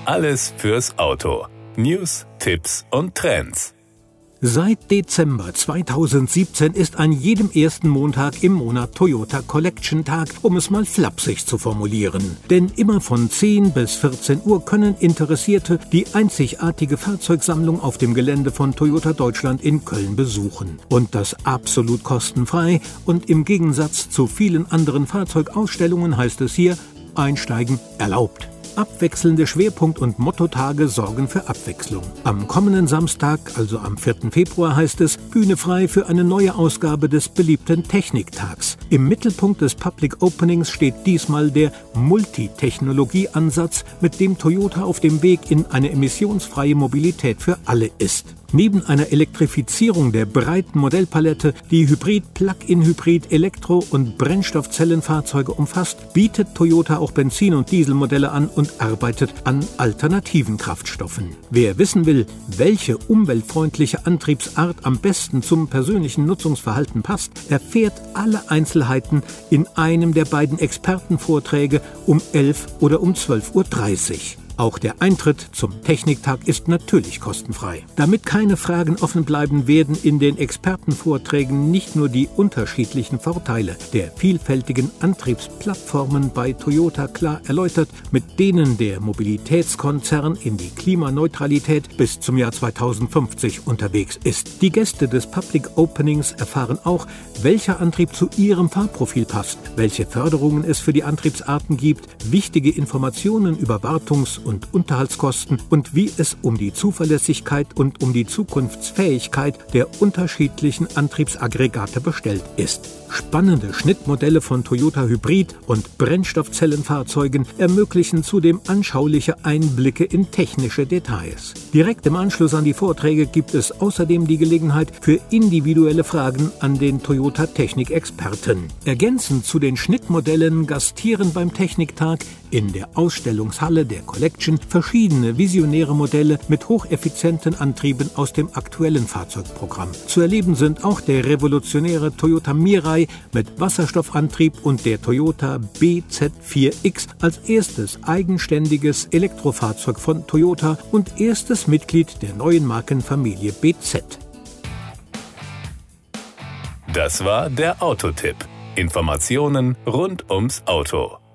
Alles fürs Auto. News, Tipps und Trends. Seit Dezember 2017 ist an jedem ersten Montag im Monat Toyota Collection Tag, um es mal flapsig zu formulieren. Denn immer von 10 bis 14 Uhr können Interessierte die einzigartige Fahrzeugsammlung auf dem Gelände von Toyota Deutschland in Köln besuchen. Und das absolut kostenfrei und im Gegensatz zu vielen anderen Fahrzeugausstellungen heißt es hier, Einsteigen erlaubt. Abwechselnde Schwerpunkt- und Mottotage sorgen für Abwechslung. Am kommenden Samstag, also am 4. Februar, heißt es Bühne frei für eine neue Ausgabe des beliebten Techniktags. Im Mittelpunkt des Public Openings steht diesmal der Multitechnologie-Ansatz, mit dem Toyota auf dem Weg in eine emissionsfreie Mobilität für alle ist. Neben einer Elektrifizierung der breiten Modellpalette, die Hybrid, Plug-in-Hybrid, Elektro- und Brennstoffzellenfahrzeuge umfasst, bietet Toyota auch Benzin- und Dieselmodelle an und arbeitet an alternativen Kraftstoffen. Wer wissen will, welche umweltfreundliche Antriebsart am besten zum persönlichen Nutzungsverhalten passt, erfährt alle Einzelheiten in einem der beiden Expertenvorträge um 11 oder um 12:30 Uhr. Auch der Eintritt zum Techniktag ist natürlich kostenfrei. Damit keine Fragen offen bleiben, werden in den Expertenvorträgen nicht nur die unterschiedlichen Vorteile der vielfältigen Antriebsplattformen bei Toyota klar erläutert, mit denen der Mobilitätskonzern in die Klimaneutralität bis zum Jahr 2050 unterwegs ist. Die Gäste des Public Openings erfahren auch, welcher Antrieb zu ihrem Fahrprofil passt, welche Förderungen es für die Antriebsarten gibt, wichtige Informationen über Wartungs- und Unterhaltskosten und wie es um die Zuverlässigkeit und um die Zukunftsfähigkeit der unterschiedlichen Antriebsaggregate bestellt ist. Spannende Schnittmodelle von Toyota Hybrid- und Brennstoffzellenfahrzeugen ermöglichen zudem anschauliche Einblicke in technische Details. Direkt im Anschluss an die Vorträge gibt es außerdem die Gelegenheit für individuelle Fragen an den Toyota Technikexperten. Ergänzend zu den Schnittmodellen gastieren beim Techniktag in der Ausstellungshalle der Collection verschiedene visionäre Modelle mit hocheffizienten Antrieben aus dem aktuellen Fahrzeugprogramm. Zu erleben sind auch der revolutionäre Toyota Mirai mit Wasserstoffantrieb und der Toyota BZ4X als erstes eigenständiges Elektrofahrzeug von Toyota und erstes Mitglied der neuen Markenfamilie BZ. Das war der Autotipp. Informationen rund ums Auto.